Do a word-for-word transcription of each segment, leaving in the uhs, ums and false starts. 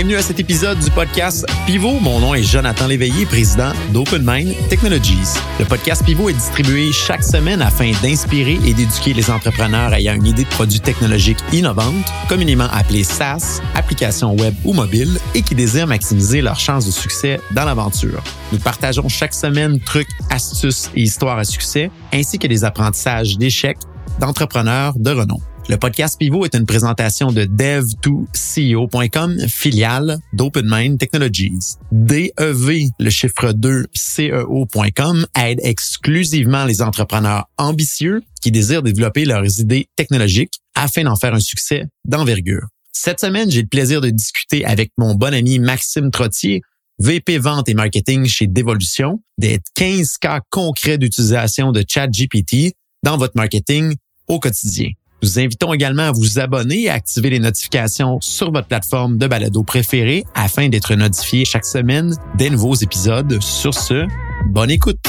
Bienvenue à cet épisode du podcast Pivot. Mon nom est Jonathan Léveillé, président d'Open Mind Technologies. Le podcast Pivot est distribué chaque semaine afin d'inspirer et d'éduquer les entrepreneurs ayant une idée de produit technologique innovante, communément appelée SaaS, application web ou mobile, et qui désirent maximiser leurs chances de succès dans l'aventure. Nous partageons chaque semaine trucs, astuces et histoires à succès, ainsi que des apprentissages d'échecs d'entrepreneurs de renom. Le podcast Pivot est une présentation de dev to C E O point com, filiale d'Open Mind Technologies. D E V, le chiffre deux, C E O point com, aide exclusivement les entrepreneurs ambitieux qui désirent développer leurs idées technologiques afin d'en faire un succès d'envergure. Cette semaine, j'ai le plaisir de discuter avec mon bon ami Maxime Trottier, V P Vente et Marketing chez Devolution, des quinze cas concrets d'utilisation de ChatGPT dans votre marketing au quotidien. Nous vous invitons également à vous abonner et à activer les notifications sur votre plateforme de balado préférée afin d'être notifié chaque semaine des nouveaux épisodes. Sur ce, bonne écoute!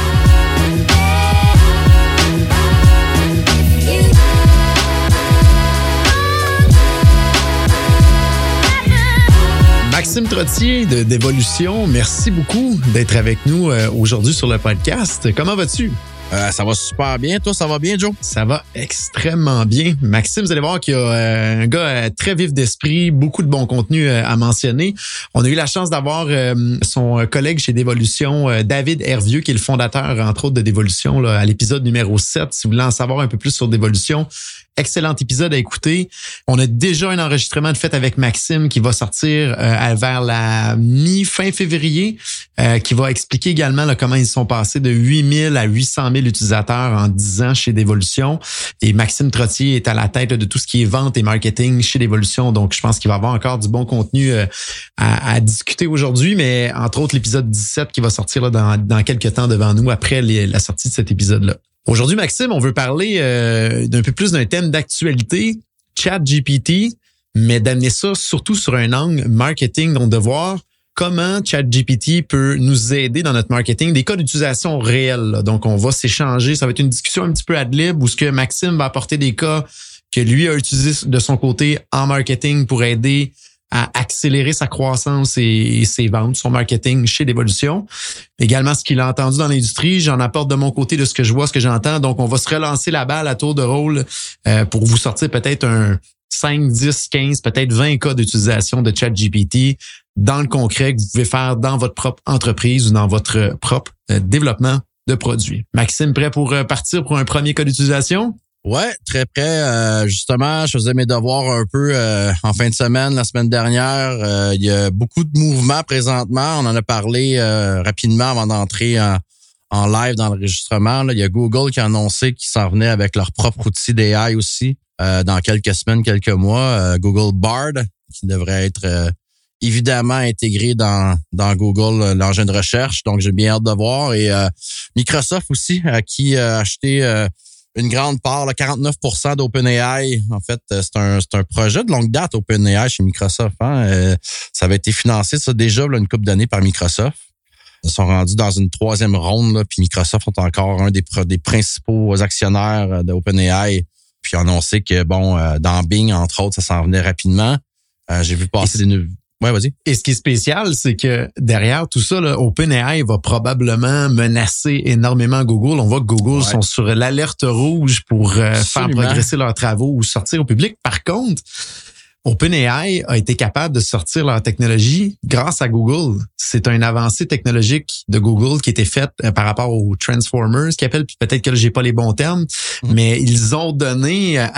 Maxime Trottier de Devolution, merci beaucoup d'être avec nous euh, aujourd'hui sur le podcast. Comment vas-tu? Euh, ça va super bien. Toi, ça va bien, Joe? Ça va extrêmement bien. Maxime, vous allez voir qu'il y a euh, un gars euh, très vif d'esprit, beaucoup de bon contenu euh, à mentionner. On a eu la chance d'avoir euh, son collègue chez Devolution, euh, David Hervieux, qui est le fondateur, entre autres, de Devolution, là, à l'épisode numéro sept. Si vous voulez en savoir un peu plus sur Devolution, excellent épisode à écouter. On a déjà un enregistrement de fait avec Maxime qui va sortir euh, vers la mi-fin février, euh, qui va expliquer également là, comment ils sont passés de huit mille à huit cent mille utilisateurs en dix ans chez Devolution. Et Maxime Trottier est à la tête là, de tout ce qui est vente et marketing chez Devolution. Donc, je pense qu'il va y avoir encore du bon contenu euh, à, à discuter aujourd'hui, mais entre autres l'épisode dix-sept qui va sortir là, dans, dans quelques temps devant nous après les, la sortie de cet épisode-là. Aujourd'hui, Maxime, on veut parler euh, d'un peu plus d'un thème d'actualité, ChatGPT, mais d'amener ça surtout sur un angle marketing, donc de voir comment ChatGPT peut nous aider dans notre marketing, des cas d'utilisation réels. Là. Donc, on va s'échanger. Ça va être une discussion un petit peu ad lib où ce que Maxime va apporter des cas que lui a utilisés de son côté en marketing pour aider à accélérer sa croissance et ses ventes, son marketing chez Devolution. Également, ce qu'il a entendu dans l'industrie, j'en apporte de mon côté de ce que je vois, ce que j'entends. Donc, on va se relancer la balle à tour de rôle euh, pour vous sortir peut-être un cinq, dix, quinze, peut-être vingt cas d'utilisation de ChatGPT dans le concret que vous pouvez faire dans votre propre entreprise ou dans votre propre euh, développement de produits. Maxime, prêt pour euh, partir pour un premier cas d'utilisation? Ouais, très près. Euh, justement, je faisais mes devoirs un peu euh, en fin de semaine, la semaine dernière. Euh, il y a beaucoup de mouvements présentement. On en a parlé euh, rapidement avant d'entrer en, en live dans l'enregistrement. Là. Il y a Google qui a annoncé qu'ils s'en venaient avec leur propre outil d'A I aussi euh, dans quelques semaines, quelques mois. Euh, Google Bard, qui devrait être euh, évidemment intégré dans dans Google, euh, l'engin de recherche. Donc, j'ai bien hâte de voir. Et euh, Microsoft aussi, à qui a acheté euh, une grande part, là, quarante-neuf pour cent d'OpenAI. En fait, c'est un c'est un projet de longue date, OpenAI, chez Microsoft. Hein. Euh, ça avait été financé, ça, déjà là, une couple d'années par Microsoft. Ils sont rendus dans une troisième ronde, là, puis Microsoft est encore un des, des principaux actionnaires d'OpenAI. Puis on sait que, bon, euh, dans Bing, entre autres, ça s'en venait rapidement. Euh, j'ai vu passer des... Nou- Ouais, vas-y. Et ce qui est spécial, c'est que derrière tout ça, là, OpenAI va probablement menacer énormément Google. On voit que Google ouais. sont sur l'alerte rouge pour euh, faire progresser leurs travaux ou sortir au public. Par contre, OpenAI a été capable de sortir leur technologie grâce à Google. C'est une avancée technologique de Google qui a été faite par rapport aux Transformers, qui appellent, puis peut-être que j'ai pas les bons termes, mmh. mais ils ont donné à,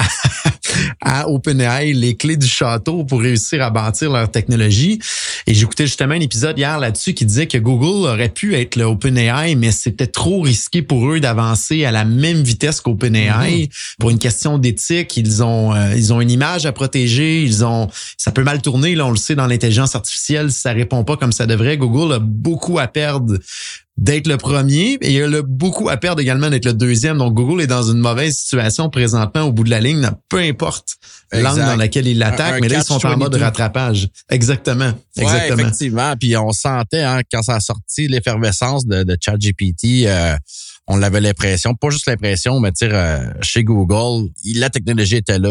à OpenAI les clés du château pour réussir à bâtir leur technologie. Et j'écoutais justement un épisode hier là-dessus qui disait que Google aurait pu être le OpenAI, mais c'était trop risqué pour eux d'avancer à la même vitesse qu'OpenAI. Mmh. Pour une question d'éthique, ils ont euh, ils ont une image à protéger, ils ont ça peut mal tourner, là, on le sait dans l'intelligence artificielle, si ça répond pas comme ça devrait. Google a beaucoup à perdre d'être le premier et il a beaucoup à perdre également d'être le deuxième. Donc, Google est dans une mauvaise situation présentement au bout de la ligne, peu importe l'angle dans laquelle il l'attaque, mais là, ils sont en mode rattrapage. Exactement. Exactement. Ouais, effectivement. Puis on sentait, hein, quand ça a sorti l'effervescence de, de ChatGPT, euh, on avait l'impression, pas juste l'impression, mais tu sais, euh, chez Google, la technologie était là.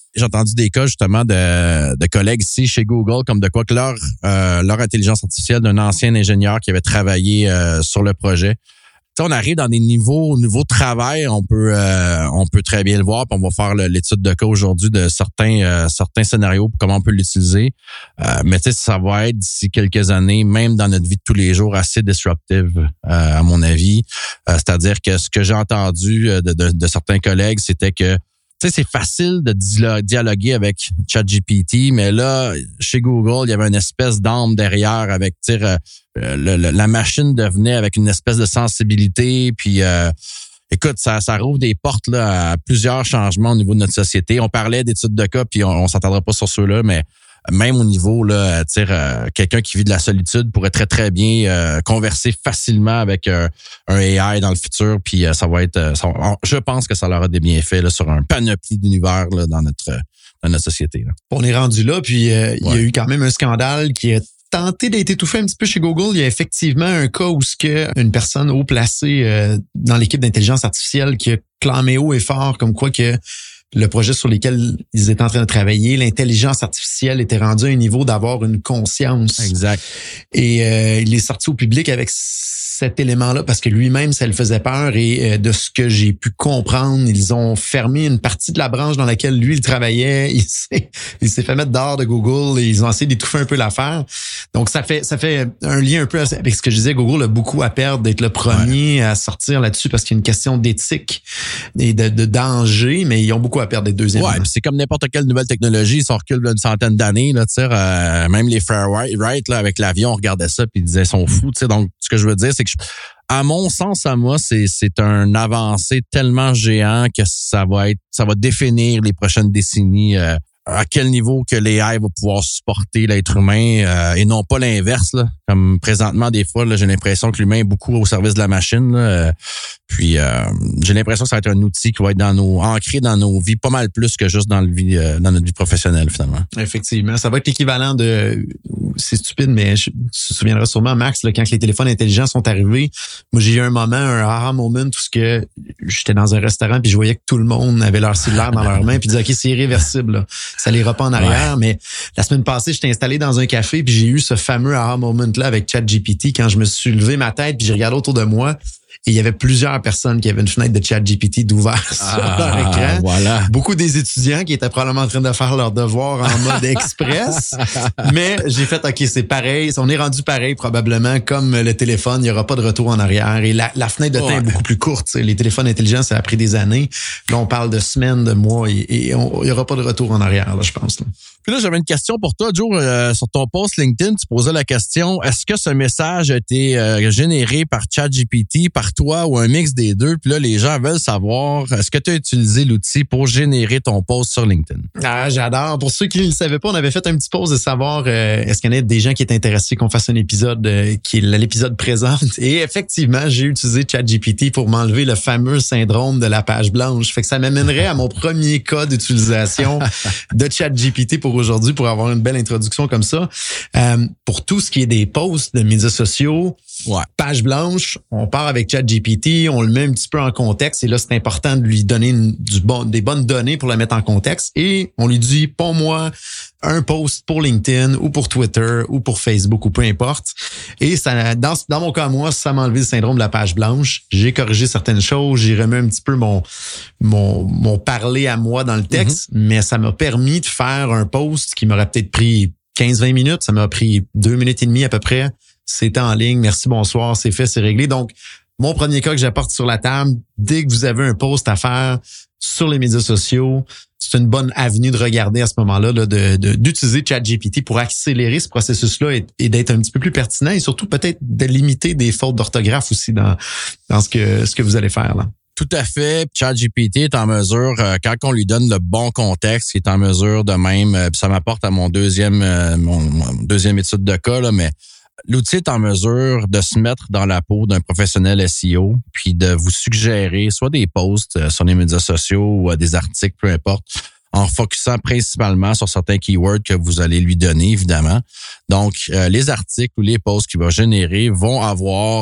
j'ai entendu des cas justement de, de collègues ici chez Google, comme de quoi que leur, euh, leur intelligence artificielle d'un ancien ingénieur qui avait travaillé euh, sur le projet. Tu sais, on arrive dans des niveaux, au niveau de travail, on peut euh, on peut très bien le voir, puis on va faire le, l'étude de cas aujourd'hui de certains euh, certains scénarios, pour comment on peut l'utiliser. Euh, mais tu sais, ça va être d'ici quelques années, même dans notre vie de tous les jours, assez disruptive, euh, à mon avis. Euh, c'est-à-dire que ce que j'ai entendu de, de, de certains collègues, c'était que tu sais, c'est facile de dialoguer avec ChatGPT, mais là, chez Google, il y avait une espèce d'âme derrière avec, tu sais, le, le, la machine devenait avec une espèce de sensibilité, puis euh, écoute, ça, ça rouvre des portes là à plusieurs changements au niveau de notre société. On parlait d'études de cas, puis on, on s'entendra pas sur ceux-là, mais même au niveau là, tu sais, euh, quelqu'un qui vit de la solitude pourrait très très bien euh, converser facilement avec euh, un A I dans le futur, puis euh, ça va être, euh, ça, je pense que ça aura des bienfaits là, sur un panoplie d'univers là, dans notre dans notre société. Là. On est rendu là, puis euh, il ouais. y a eu quand même un scandale qui a tenté d'être étouffé un petit peu chez Google. Il y a effectivement un cas où ce que une personne haut placée euh, dans l'équipe d'intelligence artificielle qui a clamé haut et fort comme quoi que le projet sur lequel ils étaient en train de travailler, l'intelligence artificielle était rendue à un niveau d'avoir une conscience. Exact. Et euh, il est sorti au public avec cet élément-là parce que lui-même, ça le faisait peur. Et euh, de ce que j'ai pu comprendre, ils ont fermé une partie de la branche dans laquelle lui, il travaillait. Il s'est, il s'est fait mettre dehors de Google et ils ont essayé d'étouffer un peu l'affaire. Donc, ça fait ça fait un lien un peu avec ce que je disais. Google a beaucoup à perdre d'être le premier ouais. à sortir là-dessus parce qu'il y a une question d'éthique et de, de danger, mais ils ont beaucoup à perdre des deuxièmes. Ouais, c'est comme n'importe quelle nouvelle technologie, ça recule d'une centaine d'années, là, tu sais, euh, même les Fairwright, là, avec l'avion, on regardait ça puis ils disaient, ils sont fous, tu sais. Donc, ce que je veux dire, c'est que, je, à mon sens, à moi, c'est, c'est un avancé tellement géant que ça va être, ça va définir les prochaines décennies, euh, à quel niveau que l'A I va pouvoir supporter l'être humain euh, et non pas l'inverse, là. Comme présentement, des fois, là, j'ai l'impression que l'humain est beaucoup au service de la machine, là. Euh, puis euh, j'ai l'impression que ça va être un outil qui va être dans nos ancré dans nos vies pas mal plus que juste dans le vie euh, dans notre vie professionnelle finalement. Effectivement, ça va être l'équivalent de, c'est stupide, mais je, tu te souviendras sûrement, Max, là, quand les téléphones intelligents sont arrivés, moi j'ai eu un moment, un aha moment, tout ce que j'étais dans un restaurant puis je voyais que tout le monde avait leur cellulaire dans leurs mains puis disait ok, c'est irréversible, là. Ça l'ira pas en arrière. Ouais. Mais la semaine passée, j'étais installé dans un café puis j'ai eu ce fameux aha moment là avec ChatGPT quand je me suis levé ma tête puis j'ai regardé autour de moi. Et il y avait plusieurs personnes qui avaient une fenêtre de ChatGPT d'ouvert ah, sur leur écran. Voilà. Beaucoup des étudiants qui étaient probablement en train de faire leurs devoirs en mode express. Mais j'ai fait, OK, c'est pareil. On est rendu pareil probablement comme le téléphone. Il n'y aura pas de retour en arrière. Et la, la fenêtre de temps ouais. est beaucoup plus courte. T'sais. Les téléphones intelligents, ça a pris des années. Là, on parle de semaines, de mois. Et, et on, il n'y aura pas de retour en arrière, là, je pense. Là. Puis là, j'avais une question pour toi, Joe. Euh, sur ton post LinkedIn, tu posais la question, est-ce que ce message a été euh, généré par ChatGPT, par toi ou un mix des deux? Puis là, les gens veulent savoir, est-ce que tu as utilisé l'outil pour générer ton post sur LinkedIn? Ah, j'adore. Pour ceux qui ne le savaient pas, on avait fait un petit post de savoir euh, est-ce qu'il y en a des gens qui étaient intéressés qu'on fasse un épisode euh, qui est l'épisode présent. Et effectivement, j'ai utilisé ChatGPT pour m'enlever le fameux syndrome de la page blanche. Fait que ça m'amènerait à mon premier cas d'utilisation de ChatGPT pour aujourd'hui, pour avoir une belle introduction comme ça. Euh, pour tout ce qui est des posts de médias sociaux, ouais. page blanche, on part avec ChatGPT, on le met un petit peu en contexte et là, c'est important de lui donner une, du bon, des bonnes données pour le mettre en contexte et on lui dit, pour moi, un post pour LinkedIn ou pour Twitter ou pour Facebook ou peu importe. Et ça, dans, dans mon cas, moi, ça m'a enlevé le syndrome de la page blanche. J'ai corrigé certaines choses, j'ai remis un petit peu mon, mon, mon parler à moi dans le texte, mm-hmm. mais ça m'a permis de faire un post qui m'aurait peut-être pris quinze vingt minutes. Ça m'a pris deux minutes et demie à peu près. C'était en ligne. Merci, bonsoir. C'est fait, c'est réglé. Donc, mon premier cas que j'apporte sur la table, dès que vous avez un post à faire sur les médias sociaux, c'est une bonne avenue de regarder à ce moment-là, là, de, de, d'utiliser ChatGPT pour accélérer ce processus-là et, et d'être un petit peu plus pertinent et surtout peut-être de limiter des fautes d'orthographe aussi dans, dans ce que, ce que vous allez faire, là. Tout à fait. ChatGPT est en mesure, euh, quand on lui donne le bon contexte, il est en mesure de même, euh, ça m'apporte à mon deuxième, euh, mon, mon deuxième étude de cas, là, mais l'outil est en mesure de se mettre dans la peau d'un professionnel S E O, puis de vous suggérer soit des posts sur les médias sociaux ou des articles, peu importe, en focusant principalement sur certains keywords que vous allez lui donner, évidemment. Donc, euh, les articles ou les posts qu'il va générer vont avoir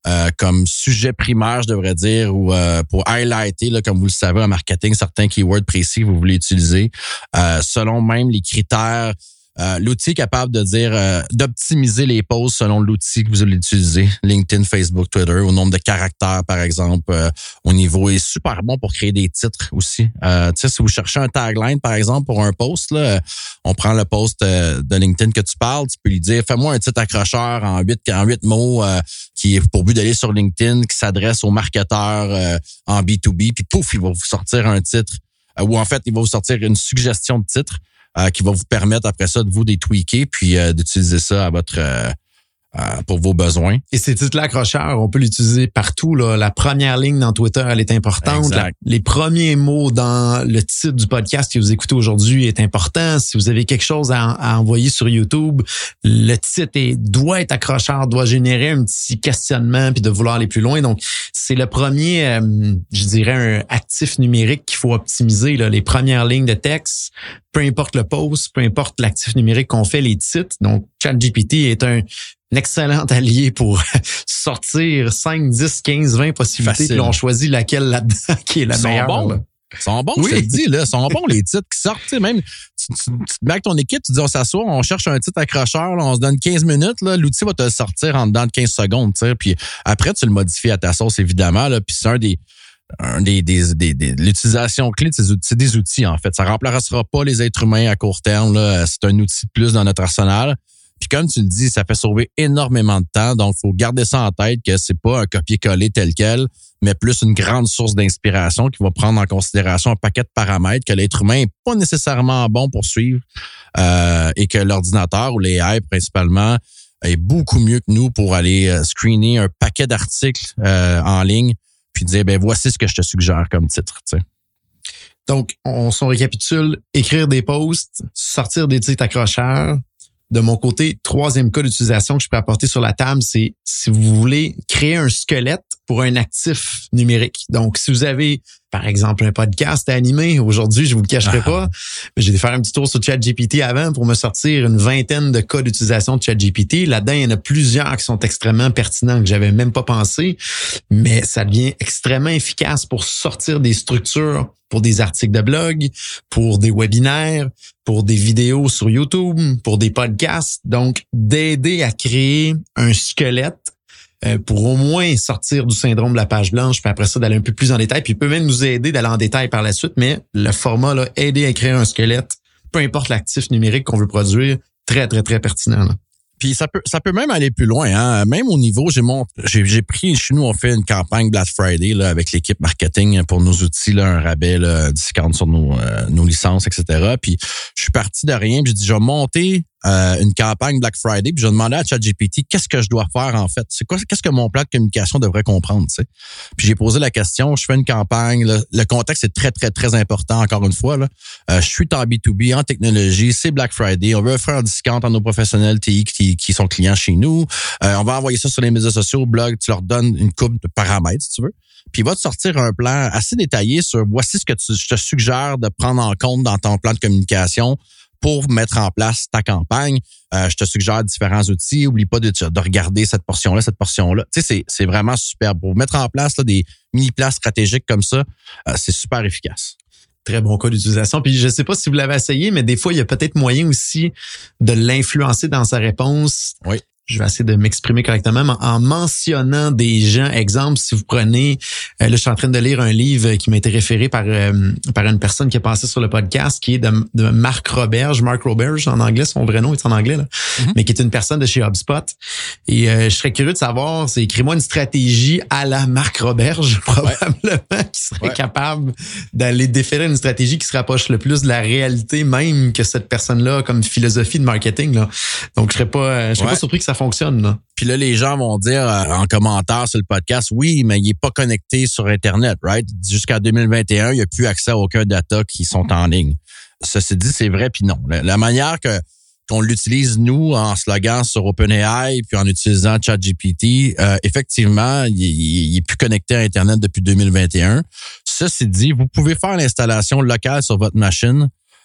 euh, comme sujet primaire, je devrais dire, ou euh, pour highlighter, là, comme vous le savez, en marketing, certains keywords précis que vous voulez utiliser, euh, selon même les critères. Euh, l'outil est capable de dire euh, d'optimiser les posts selon l'outil que vous allez utiliser, LinkedIn, Facebook, Twitter, au nombre de caractères, par exemple, euh, au niveau est super bon pour créer des titres aussi. Euh, tu sais, si vous cherchez un tagline, par exemple, pour un post, là, on prend le post euh, de LinkedIn que tu parles, tu peux lui dire fais-moi un titre accrocheur en huit en huit mots euh, qui est pour but d'aller sur LinkedIn, qui s'adresse aux marketeurs euh, en B deux B, puis pouf, il va vous sortir un titre, euh, ou en fait, il va vous sortir une suggestion de titre. Euh, qui va vous permettre après ça de vous des tweaker puis euh, d'utiliser ça à votre euh, euh, pour vos besoins. Et ces titres-là accrocheurs, on peut l'utiliser partout. Là. La première ligne dans Twitter, elle est importante. La, les premiers mots dans le titre du podcast que vous écoutez aujourd'hui est important. Si vous avez quelque chose à, à envoyer sur YouTube, le titre est, doit être accrocheur, doit générer un petit questionnement puis de vouloir aller plus loin. Donc, c'est le premier, euh, je dirais, un actif numérique qu'il faut optimiser. Là. Les premières lignes de texte, peu importe le post, peu importe l'actif numérique qu'on fait, les titres. Donc, ChatGPT est un un excellent allié pour sortir cinq, dix, quinze, vingt possibilités. Puis on choisit laquelle là-dedans qui est la Ils meilleure. Sont bons. Là. Ils sont bons, oui. Je te le dis, là. Ils sont bons, les titres qui sortent. Tu sais, même, tu, tu, tu te mets avec ton équipe, tu dis, on s'assoit, on cherche un titre accrocheur, là, on se donne quinze minutes, là, l'outil va te le sortir en dedans de quinze secondes, tu sais. Puis après, tu le modifies à ta sauce, évidemment, là. Puis c'est un des, un des, des, des, des l'utilisation clé de ces outils, c'est des outils, en fait. Ça remplacera pas les êtres humains à court terme, là. C'est un outil de plus dans notre arsenal. Puis comme tu le dis, ça fait sauver énormément de temps. Donc, il faut garder ça en tête que c'est pas un copier-coller tel quel, mais plus une grande source d'inspiration qui va prendre en considération un paquet de paramètres que l'être humain n'est pas nécessairement bon pour suivre euh, et que l'ordinateur ou l'A I principalement est beaucoup mieux que nous pour aller screener un paquet d'articles euh, en ligne puis dire, ben voici ce que je te suggère comme titre, tu sais. Donc, on s'en récapitule, écrire des posts, sortir des titres accrocheurs. De mon côté, troisième cas d'utilisation que je peux apporter sur la table, c'est si vous voulez créer un squelette pour un actif numérique. Donc, si vous avez, par exemple, un podcast à animer, aujourd'hui, je vous le cacherai ah. pas, mais j'ai dû faire un petit tour sur ChatGPT avant pour me sortir une vingtaine de cas d'utilisation de ChatGPT. Là-dedans, il y en a plusieurs qui sont extrêmement pertinents, que j'avais même pas pensé, mais ça devient extrêmement efficace pour sortir des structures pour des articles de blog, pour des webinaires, pour des vidéos sur YouTube, pour des podcasts. Donc, d'aider à créer un squelette euh, pour au moins sortir du syndrome de la page blanche, puis après ça, d'aller un peu plus en détail. Puis il peut même nous aider d'aller en détail par la suite, mais le format, là, aider à créer un squelette, peu importe l'actif numérique qu'on veut produire, très, très, très pertinent. Là. Puis ça peut ça peut même aller plus loin, hein. Même au niveau, j'ai mon j'ai j'ai pris chez nous, on fait une campagne Black Friday là avec l'équipe marketing pour nos outils là, un rabais là, discount sur nos euh, nos licences, et cetera. Puis je suis parti de rien, puis j'ai dit je vais monter euh, une campagne Black Friday, puis je demandais à ChatGPT qu'est-ce que je dois faire en fait, c'est quoi qu'est-ce que mon plan de communication devrait comprendre, tu sais. Puis j'ai posé la question, je fais une campagne, là, le contexte est très très très important encore une fois là. Euh, je suis en B deux B en technologie, c'est Black Friday, on veut offrir un discount à nos professionnels T I qui qui sont clients chez nous. Euh, on va envoyer ça sur les médias sociaux, blog, tu leur donnes une coupe de paramètres, si tu veux. Puis il va te sortir un plan assez détaillé sur voici ce que tu, je te suggère de prendre en compte dans ton plan de communication pour mettre en place ta campagne. Euh, je te suggère différents outils. Oublie pas de, de regarder cette portion-là, cette portion-là. Tu sais, c'est, c'est vraiment super. Pour mettre en place là, des mini-plans stratégiques comme ça, euh, c'est super efficace. Très bon cas d'utilisation. Puis je sais pas si vous l'avez essayé, mais des fois, il y a peut-être moyen aussi de l'influencer dans sa réponse. Oui. Je vais essayer de m'exprimer correctement, mais en mentionnant des gens. Exemple, si vous prenez, euh, là, je suis en train de lire un livre qui m'a été référé par euh, par une personne qui est passée sur le podcast, qui est de, de Marc Roberge, Mark Roberge en anglais, son vrai nom est en anglais, là, mm-hmm. mais qui est une personne de chez HubSpot. Et euh, je serais curieux de savoir, c'est écris-moi une stratégie à la Marc Roberge, probablement, ouais. qui serait ouais. capable d'aller déférer une stratégie qui se rapproche le plus de la réalité même que cette personne-là a comme philosophie de marketing. Là. Donc, je serais pas, je serais ouais. pas surpris que ça fonctionne. Là. Puis là, les gens vont dire euh, en commentaire sur le podcast, oui, mais il est pas connecté sur Internet, right? Jusqu'à deux mille vingt et un, il n'y a plus accès à aucun data qui sont en ligne. Ceci dit, c'est vrai, puis non. La, la manière que qu'on l'utilise, nous, en slogan sur OpenAI, puis en utilisant ChatGPT, euh, effectivement, il, il, il est plus connecté à Internet depuis deux mille vingt et un. Ceci dit, vous pouvez faire l'installation locale sur votre machine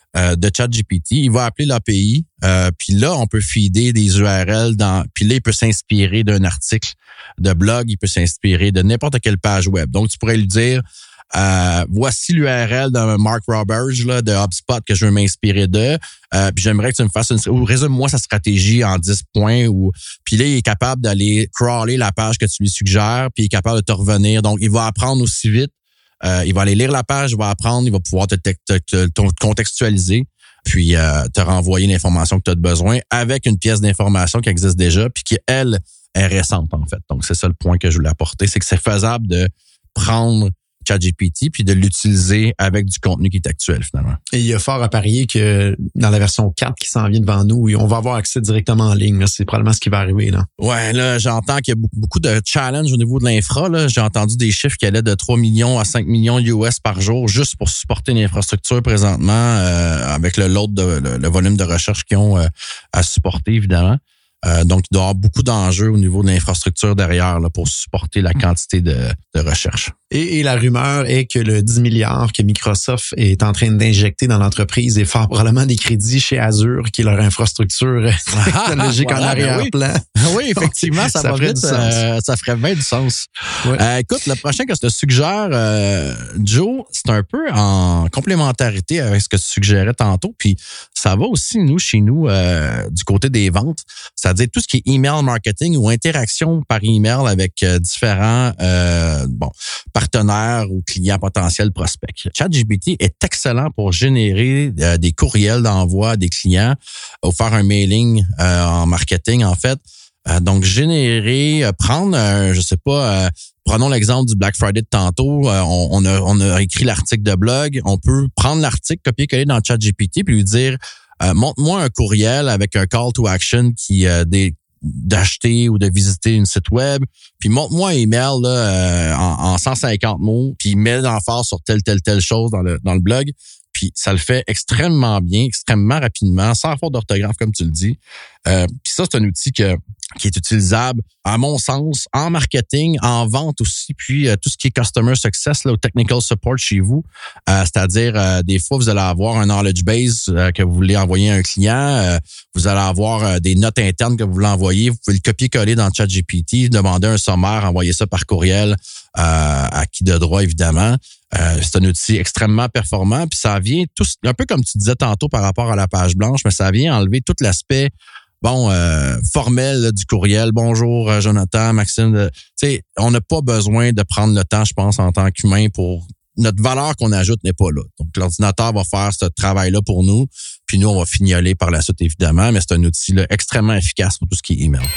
euh, de ChatGPT. Il va appeler l'A P I, euh, puis là, on peut feeder des U R L dans, puis là, il peut s'inspirer d'un article de blog, il peut s'inspirer de n'importe quelle page web. Donc, tu pourrais lui dire, euh, voici l'U R L de Mark Roberge là, de HubSpot que je veux m'inspirer de. Euh, puis j'aimerais que tu me fasses une, ou résume-moi sa stratégie en dix points. Ou puis là, il est capable d'aller crawler la page que tu lui suggères, puis il est capable de te revenir. Donc, il va apprendre aussi vite. Euh, il va aller lire la page, il va apprendre, il va pouvoir te, te, te, te, te contextualiser, puis euh, te renvoyer l'information que tu as besoin avec une pièce d'information qui existe déjà, puis qui, elle, est récente, en fait. Donc, c'est ça le point que je voulais apporter, c'est que c'est faisable de prendre ChatGPT puis de l'utiliser avec du contenu qui est actuel, finalement. Et il y a fort à parier que dans la version quatre qui s'en vient devant nous, on va avoir accès directement en ligne. Là. C'est probablement ce qui va arriver. Là. Ouais, là, j'entends qu'il y a beaucoup, beaucoup de challenges au niveau de l'infra. Là. J'ai entendu des chiffres qui allaient de trois millions à cinq millions U S par jour juste pour supporter l'infrastructure présentement, euh, avec le load de le, le volume de recherche qu'ils ont euh, à supporter, évidemment. Euh, donc, il doit y avoir beaucoup d'enjeux au niveau de l'infrastructure derrière là, pour supporter la quantité de, de recherche. Et, et la rumeur est que le dix milliards que Microsoft est en train d'injecter dans l'entreprise est fort probablement des crédits chez Azure, qui est leur infrastructure technologique voilà, en arrière-plan. Oui. oui, effectivement, ça, ça va vite. Euh, ça ferait bien du sens. Ouais. Euh, écoute, le prochain que je te suggère, euh, Joe, c'est un peu en complémentarité avec ce que tu suggérais tantôt. Puis ça va aussi, nous, chez nous, euh, du côté des ventes. C'est-à-dire tout ce qui est email marketing ou interaction par email avec euh, différents euh, bon partenaires ou clients potentiels prospects. ChatGPT est excellent pour générer euh, des courriels d'envoi à des clients ou faire un mailing euh, en marketing, en fait. Euh, donc, générer, euh, prendre, euh, je sais pas, euh, prenons l'exemple du Black Friday de tantôt. Euh, on, on, a, on a écrit l'article de blog. On peut prendre l'article, copier-coller dans ChatGPT puis lui dire Euh, montre-moi un courriel avec un call to action qui euh, des, d'acheter ou de visiter une site web, puis montre-moi un email là, euh, en, en cent cinquante mots, puis mets l'emphase sur telle, telle, telle chose dans le dans le blog. Puis ça le fait extrêmement bien, extrêmement rapidement, sans faute d'orthographe, comme tu le dis. Euh, puis ça, c'est un outil que, qui est utilisable, à mon sens, en marketing, en vente aussi, puis euh, tout ce qui est customer success, là, ou technical support chez vous. Euh, c'est-à-dire, euh, des fois, vous allez avoir un knowledge base euh, que vous voulez envoyer à un client. Euh, vous allez avoir euh, des notes internes que vous voulez envoyer. Vous pouvez le copier-coller dans ChatGPT, demander un sommaire, envoyer ça par courriel, euh, à qui de droit, évidemment. Euh, c'est un outil extrêmement performant, puis ça vient tout, un peu comme tu disais tantôt par rapport à la page blanche, mais ça vient enlever tout l'aspect bon euh, formel là, du courriel. Bonjour euh, Jonathan, Maxime. Tu sais, on n'a pas besoin de prendre le temps, je pense, en tant qu'humain pour notre valeur qu'on ajoute n'est pas là. Donc l'ordinateur va faire ce travail-là pour nous, puis nous on va fignoler par la suite évidemment, mais c'est un outil là, extrêmement efficace pour tout ce qui est email.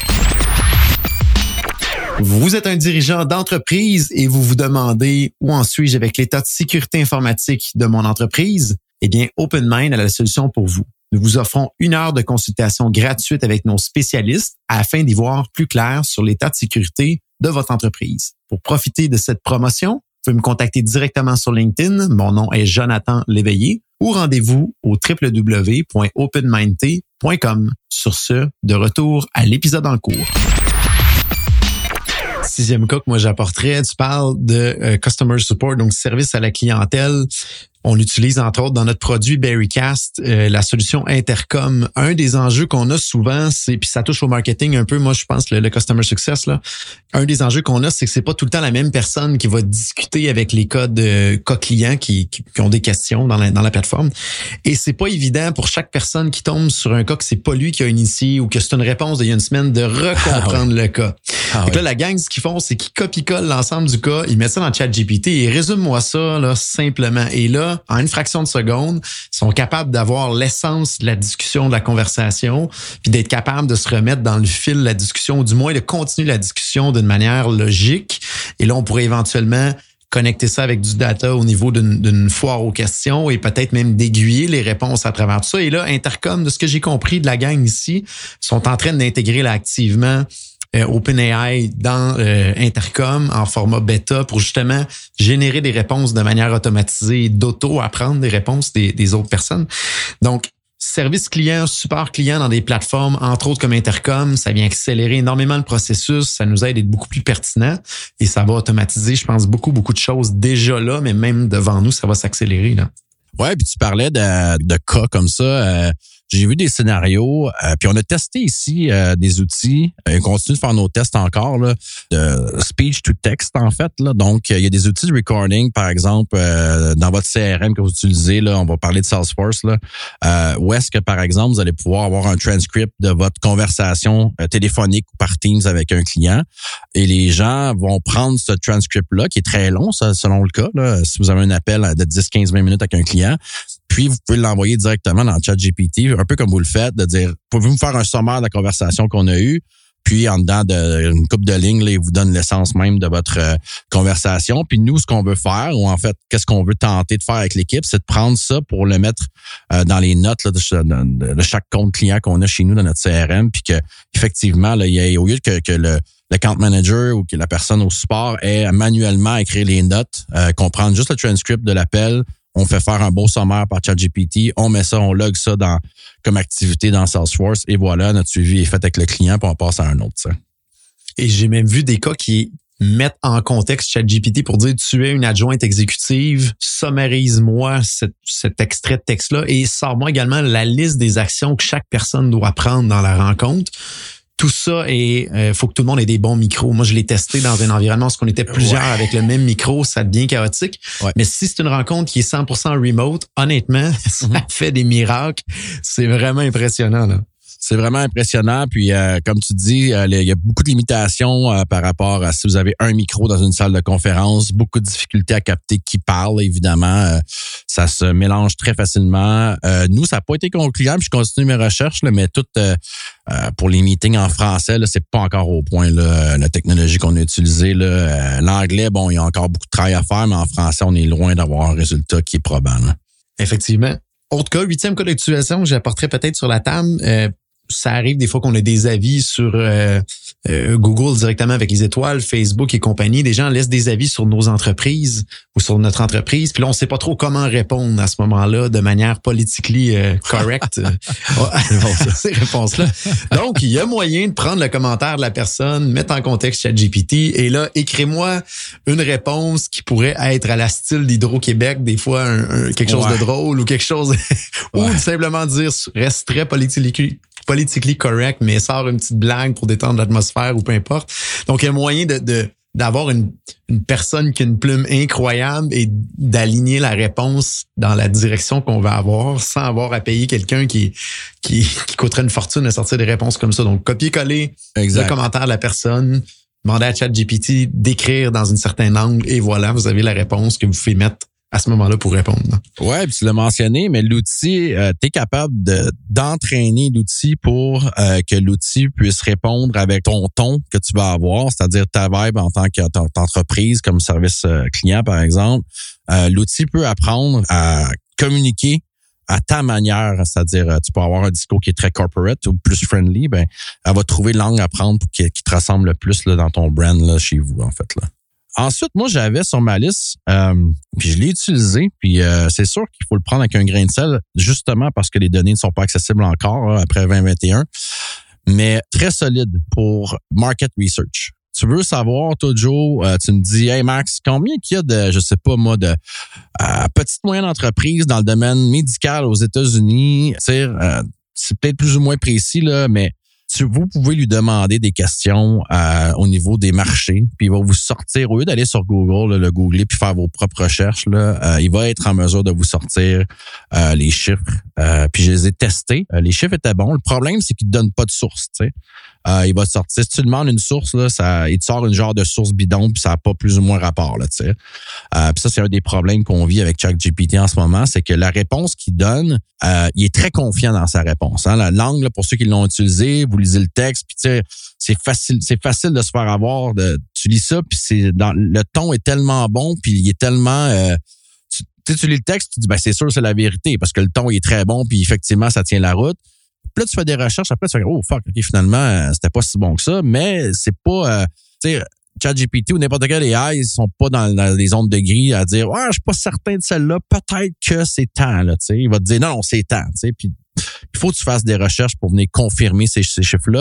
Vous êtes un dirigeant d'entreprise et vous vous demandez où en suis-je avec l'état de sécurité informatique de mon entreprise? Eh bien, OpenMind a la solution pour vous. Nous vous offrons une heure de consultation gratuite avec nos spécialistes afin d'y voir plus clair sur l'état de sécurité de votre entreprise. Pour profiter de cette promotion, vous pouvez me contacter directement sur LinkedIn. Mon nom est Jonathan Léveillé ou rendez-vous au w w w point open mind t point com. Sur ce, de retour à l'épisode en cours. Sixième cas que moi j'apporterais, tu parles de euh, customer support, donc service à la clientèle. On utilise entre autres dans notre produit Berrycast euh, la solution Intercom. Un des enjeux qu'on a souvent, c'est puis ça touche au marketing un peu. Moi, je pense le, le customer success là. Un des enjeux qu'on a, c'est que c'est pas tout le temps la même personne qui va discuter avec les cas de cas clients qui, qui, qui ont des questions dans la, dans la plateforme. Et c'est pas évident pour chaque personne qui tombe sur un cas que c'est pas lui qui a initié ou que c'est une réponse d'il y a une semaine de recomprendre ah ouais. le cas. Ah Donc ouais. là, la gang, ce qu'ils font, c'est qu'ils copient-collent l'ensemble du cas, ils mettent ça dans ChatGPT et résume-moi ça là simplement. Et là, en une fraction de seconde, ils sont capables d'avoir l'essence de la discussion, de la conversation, puis d'être capables de se remettre dans le fil de la discussion, ou du moins de continuer la discussion d'une manière logique. Et là, on pourrait éventuellement connecter ça avec du data au niveau d'une, d'une foire aux questions et peut-être même d'aiguiller les réponses à travers tout ça. Et là, Intercom, de ce que j'ai compris de la gang ici, sont en train d'intégrer là activement Euh, OpenAI dans euh, Intercom en format bêta pour justement générer des réponses de manière automatisée, d'auto-apprendre des réponses des, des autres personnes. Donc, service client, support client dans des plateformes, entre autres comme Intercom, ça vient accélérer énormément le processus, ça nous aide à être beaucoup plus pertinent et ça va automatiser, je pense, beaucoup, beaucoup de choses déjà là, mais même devant nous, ça va s'accélérer là. Ouais, puis tu parlais de, de cas comme ça. Euh, j'ai vu des scénarios, euh, puis on a testé ici euh, des outils. Euh, on continue de faire nos tests encore là, de speech to text en fait. Là. Donc, il y a des outils de recording, par exemple, euh, dans votre C R M que vous utilisez. Là, on va parler de Salesforce. Là, euh, où est-ce que, par exemple, vous allez pouvoir avoir un transcript de votre conversation euh, téléphonique ou par Teams avec un client, et les gens vont prendre ce transcript-là, qui est très long, ça, selon le cas. Là, si vous avez un appel de dix, quinze, vingt minutes avec un client, puis vous pouvez l'envoyer directement dans ChatGPT, un peu comme vous le faites, de dire, pouvez-vous me faire un sommaire de la conversation qu'on a eue, puis en dedans d'une couple de lignes, là, il vous donne l'essence même de votre euh, conversation. Puis nous, ce qu'on veut faire, ou en fait, qu'est-ce qu'on veut tenter de faire avec l'équipe, c'est de prendre ça pour le mettre euh, dans les notes là, de, de, de chaque compte client qu'on a chez nous dans notre C R M, puis que effectivement, là, il y a, au lieu que, que le l'account manager ou que la personne au support ait manuellement à écrire les notes, euh, qu'on prenne juste le transcript de l'appel, on fait faire un beau sommaire par ChatGPT, on met ça, on log ça dans comme activité dans Salesforce, et voilà, notre suivi est fait avec le client, puis on passe à un autre. Ça. Et j'ai même vu des cas qui mettent en contexte ChatGPT pour dire, tu es une adjointe exécutive, sommarise-moi cet, cet extrait de texte-là et sors-moi également la liste des actions que chaque personne doit prendre dans la rencontre. Tout ça, et euh, faut que tout le monde ait des bons micros. Moi, je l'ai testé dans un environnement où on était plusieurs ouais. avec le même micro, ça devient chaotique. Ouais. Mais si c'est une rencontre qui est cent pour cent remote, honnêtement, ça mm-hmm. fait des miracles. C'est vraiment impressionnant, là. C'est vraiment impressionnant. Puis, euh, comme tu dis, euh, il y a beaucoup de limitations euh, par rapport à si vous avez un micro dans une salle de conférence, beaucoup de difficultés à capter qui parle, évidemment. Euh, ça se mélange très facilement. Euh, nous, ça n'a pas été concluant, puis je continue mes recherches, là, mais tout euh, euh, pour les meetings en français, là, c'est pas encore au point là, la technologie qu'on a utilisée. Là. Euh, l'anglais, bon, il y a encore beaucoup de travail à faire, mais en français, on est loin d'avoir un résultat qui est probant. Là. Effectivement. Autre cas, huitième cas d'actualisation, j'apporterais peut-être sur la table. Euh, Ça arrive des fois qu'on a des avis sur euh, euh, Google directement avec les étoiles, Facebook et compagnie. Des gens laissent des avis sur nos entreprises ou sur notre entreprise. Puis là, on sait pas trop comment répondre à ce moment-là de manière politically euh, correct à ces réponses-là. Donc, il y a moyen de prendre le commentaire de la personne, mettre en contexte ChatGPT et là, écris-moi une réponse qui pourrait être à la style d'Hydro-Québec, des fois un, un, quelque chose ouais. de drôle ou quelque chose... ou ouais. simplement dire reste très politically politically correct, mais sort une petite blague pour détendre l'atmosphère ou peu importe. Donc, il y a moyen de, de d'avoir une, une personne qui a une plume incroyable et d'aligner la réponse dans la direction qu'on va avoir sans avoir à payer quelqu'un qui, qui, qui coûterait une fortune à sortir des réponses comme ça. Donc, copier-coller exact. Le commentaire de la personne, demander à ChatGPT d'écrire dans une certaine angle et voilà, vous avez la réponse que vous pouvez mettre à ce moment-là pour répondre. Ouais, puis tu l'as mentionné, mais l'outil, euh, tu es capable de d'entraîner l'outil pour euh, que l'outil puisse répondre avec ton ton que tu vas avoir, c'est-à-dire ta vibe en tant qu'entreprise comme service client, par exemple. Euh, l'outil peut apprendre à communiquer à ta manière, c'est-à-dire tu peux avoir un discours qui est très corporate ou plus friendly, ben elle va trouver l'angle à prendre pour qui, qui te ressemble le plus là, dans ton brand là, chez vous, en fait, là. Ensuite, moi, j'avais sur ma liste, euh, puis je l'ai utilisé, puis euh, c'est sûr qu'il faut le prendre avec un grain de sel, justement parce que les données ne sont pas accessibles encore là, après vingt vingt et un, mais très solide pour market research. Tu veux savoir, toi, Joe, euh, tu me dis, hey Max, combien qu'il y a de, je sais pas moi, de euh, petites moyennes entreprises dans le domaine médical aux États-Unis, tu sais, euh, c'est peut-être plus ou moins précis, là, mais vous pouvez lui demander des questions euh, au niveau des marchés, puis il va vous sortir, au lieu d'aller sur Google, là, le googler puis faire vos propres recherches, là, euh, il va être en mesure de vous sortir euh, les chiffres. Euh, puis je les ai testés. Euh, les chiffres étaient bons. Le problème, c'est qu'il ne donne pas de source, tu sais. Euh, il va te sortir. Si tu demandes une source, là, ça, il te sort une genre de source bidon, puis ça n'a pas plus ou moins rapport, là, tu sais. Euh, puis ça, c'est un des problèmes qu'on vit avec ChatGPT en ce moment, c'est que la réponse qu'il donne, euh, il est très confiant dans sa réponse. Hein. La langue, là, pour ceux qui l'ont utilisé, vous lisez le texte, puis tu sais, c'est facile, c'est facile de se faire avoir. De, tu lis ça, puis c'est dans le ton est tellement bon, puis il est tellement euh, tu, tu lis le texte, tu dis ben c'est sûr c'est la vérité parce que le ton il est très bon, puis effectivement ça tient la route. Puis là, tu fais des recherches, après, tu fais, oh, fuck, OK, finalement, euh, c'était pas si bon que ça, mais c'est pas, euh, tu sais, ChatGPT ou n'importe quel A I, ils sont pas dans, dans les ondes de gris à dire, ah, je suis pas certain de celle-là, peut-être que c'est tant, là, tu sais. Il va te dire, non, non, c'est tant, tu sais. Puis, il faut que tu fasses des recherches pour venir confirmer ces, ces chiffres-là.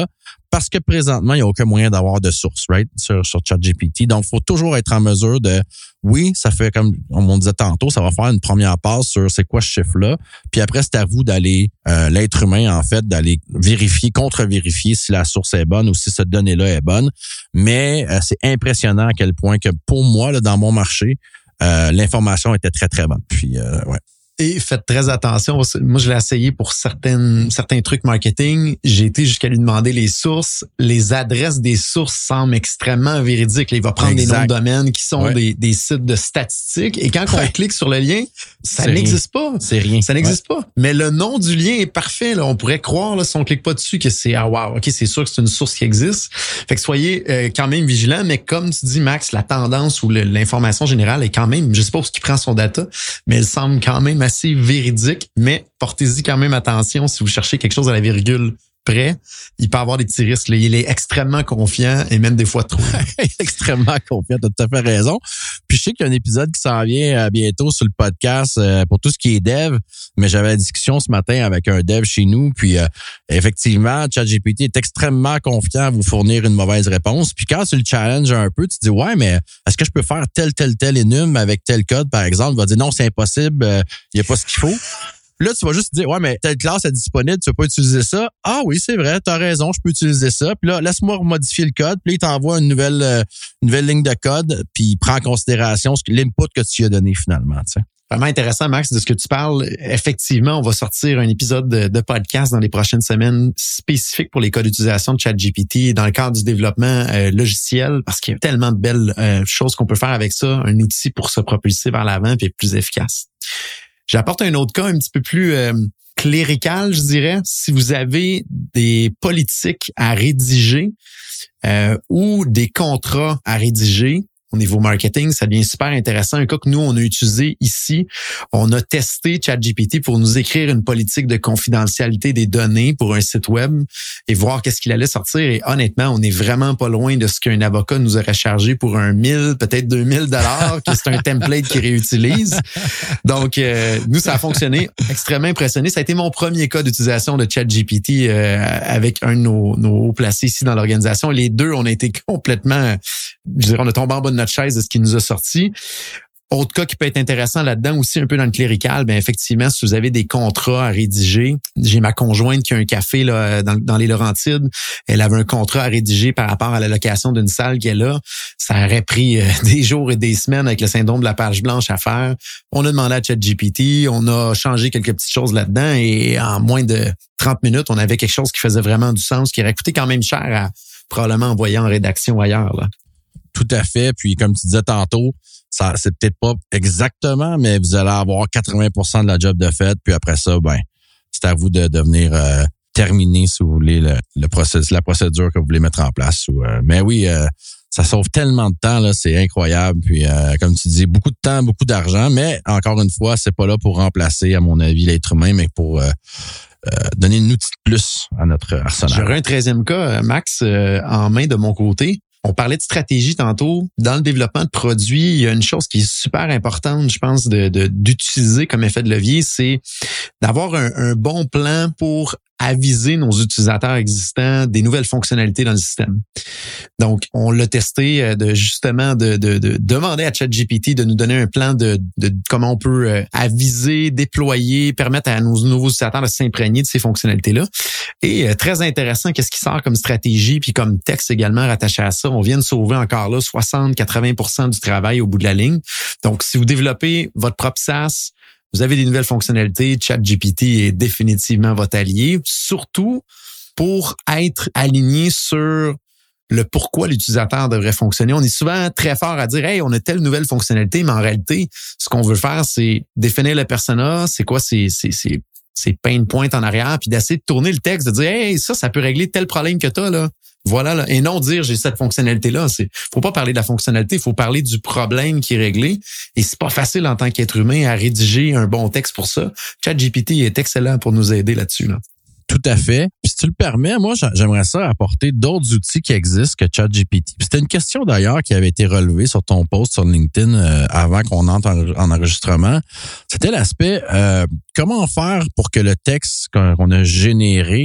Parce que présentement, il n'y a aucun moyen d'avoir de source, right, sur, sur ChatGPT. Donc, il faut toujours être en mesure de, oui, ça fait comme on disait tantôt, ça va faire une première passe sur c'est quoi ce chiffre-là. Puis après, c'est à vous d'aller, euh, l'être humain, en fait, d'aller vérifier, contre-vérifier si la source est bonne ou si cette donnée-là est bonne. Mais euh, c'est impressionnant à quel point que pour moi, là, dans mon marché, euh, l'information était très, très bonne. Puis, euh, ouais. Et faites très attention. Moi, je l'ai essayé pour certaines, certains trucs marketing. J'ai été jusqu'à lui demander les sources. Les adresses des sources semblent extrêmement véridiques. Il va prendre exact. Des noms de domaines qui sont ouais. des, des sites de statistiques. Et quand ouais. on clique sur le lien, ça c'est n'existe rien. pas. C'est rien. Ça n'existe ouais. pas. Mais le nom du lien est parfait. Là. On pourrait croire, là, si on clique pas dessus, que c'est ah wow, ok, c'est sûr que c'est une source qui existe. Fait que soyez euh, quand même vigilants. Mais comme tu dis, Max, la tendance ou le, l'information générale est quand même, je sais pas où il prend son data, mais elle semble quand même assez véridique, mais portez-y quand même attention si vous cherchez quelque chose à la virgule près. Il peut avoir des petits risques. Là. Il est extrêmement confiant et même des fois trop. Extrêmement confiant, tu as tout à fait raison. Puis je sais qu'il y a un épisode qui s'en vient bientôt sur le podcast euh, pour tout ce qui est dev, mais j'avais la discussion ce matin avec un dev chez nous, puis euh, effectivement, ChatGPT est extrêmement confiant à vous fournir une mauvaise réponse. Puis quand tu le challenges un peu, tu te dis, ouais, mais est-ce que je peux faire tel, tel, tel énum avec tel code, par exemple? Il va dire, non, c'est impossible, il euh, n'y a pas ce qu'il faut. Là, tu vas juste dire, ouais, mais telle classe est disponible, tu veux pas utiliser ça? Ah oui, c'est vrai, t'as raison, je peux utiliser ça. Puis là, laisse-moi modifier le code. Puis là, il t'envoie une nouvelle, euh, une nouvelle ligne de code, puis il prend en considération ce que, l'input que tu lui as donné finalement, tu sais. Vraiment intéressant, Max, de ce que tu parles. Effectivement, on va sortir un épisode de, de podcast dans les prochaines semaines spécifique pour les cas d'utilisation de ChatGPT dans le cadre du développement euh, logiciel, parce qu'il y a tellement de belles euh, choses qu'on peut faire avec ça, un outil pour se propulser vers l'avant et être plus efficace. J'apporte un autre cas un petit peu plus euh, clérical, je dirais. Si vous avez des politiques à rédiger euh, ou des contrats à rédiger au niveau marketing, ça devient super intéressant. Un cas que nous, on a utilisé ici, on a testé ChatGPT pour nous écrire une politique de confidentialité des données pour un site web et voir qu'est-ce qu'il allait sortir. Et honnêtement, on n'est vraiment pas loin de ce qu'un avocat nous aurait chargé pour un mille, peut-être deux mille dollars, que c'est un template qu'il réutilise. Donc, euh, nous, ça a fonctionné. Extrêmement impressionné. Ça a été mon premier cas d'utilisation de ChatGPT euh, avec un de nos, nos hauts placés ici dans l'organisation. Les deux, on a été complètement, je dirais, on a tombé en bas de notre chaise de ce qui nous a sorti. Autre cas qui peut être intéressant là-dedans aussi, un peu dans le clérical, ben effectivement, si vous avez des contrats à rédiger, j'ai ma conjointe qui a un café là dans, dans les Laurentides, elle avait un contrat à rédiger par rapport à la location d'une salle qu'elle a. Ça aurait pris euh, des jours et des semaines avec le syndrome de la page blanche à faire. On a demandé à ChatGPT, on a changé quelques petites choses là-dedans et en moins de trente minutes, on avait quelque chose qui faisait vraiment du sens, qui aurait coûté quand même cher à probablement envoyer en rédaction ailleurs, là. Tout à fait. Puis comme tu disais tantôt, ça c'est peut-être pas exactement, mais vous allez avoir quatre-vingts pour cent de la job de fait. Puis après ça, ben c'est à vous de, de venir euh, terminer, si vous voulez, le, le processus, la procédure que vous voulez mettre en place. Ou, euh, mais oui, euh, ça sauve tellement de temps, là, c'est incroyable. Puis euh, comme tu dis, beaucoup de temps, beaucoup d'argent. Mais encore une fois, c'est pas là pour remplacer, à mon avis, l'être humain, mais pour euh, euh, donner une outil de plus à notre arsenal. J'aurais un treizième cas, Max, euh, en main de mon côté. On parlait de stratégie tantôt. Dans le développement de produits, il y a une chose qui est super importante, je pense, de, de d'utiliser comme effet de levier, c'est d'avoir un, un bon plan pour aviser nos utilisateurs existants des nouvelles fonctionnalités dans le système. Donc, on l'a testé de justement de, de, de demander à ChatGPT de nous donner un plan de, de comment on peut aviser, déployer, permettre à nos nouveaux utilisateurs de s'imprégner de ces fonctionnalités-là. Et très intéressant, qu'est-ce qui sort comme stratégie puis comme texte également rattaché à ça. On vient de sauver encore là soixante à quatre-vingts pour cent du travail au bout de la ligne. Donc, si vous développez votre propre SaaS, vous avez des nouvelles fonctionnalités, ChatGPT est définitivement votre allié, surtout pour être aligné sur le pourquoi l'utilisateur devrait fonctionner. On est souvent très fort à dire « Hey, on a telle nouvelle fonctionnalité », mais en réalité, ce qu'on veut faire, c'est définir le persona, c'est quoi ces, ces, ces, ces pain points en arrière, puis d'essayer de tourner le texte, de dire « Hey, ça, ça peut régler tel problème que tu as, là. » Voilà, là. Et non dire j'ai cette fonctionnalité-là. C'est, faut pas parler de la fonctionnalité, il faut parler du problème qui est réglé. Et c'est pas facile en tant qu'être humain à rédiger un bon texte pour ça. ChatGPT est excellent pour nous aider là-dessus, là. Tout à fait. Puis si tu le permets, moi, j'aimerais ça apporter d'autres outils qui existent que ChatGPT. C'était une question d'ailleurs qui avait été relevée sur ton post sur LinkedIn euh, avant qu'on entre en, en enregistrement. C'était l'aspect euh, comment faire pour que le texte qu'on a généré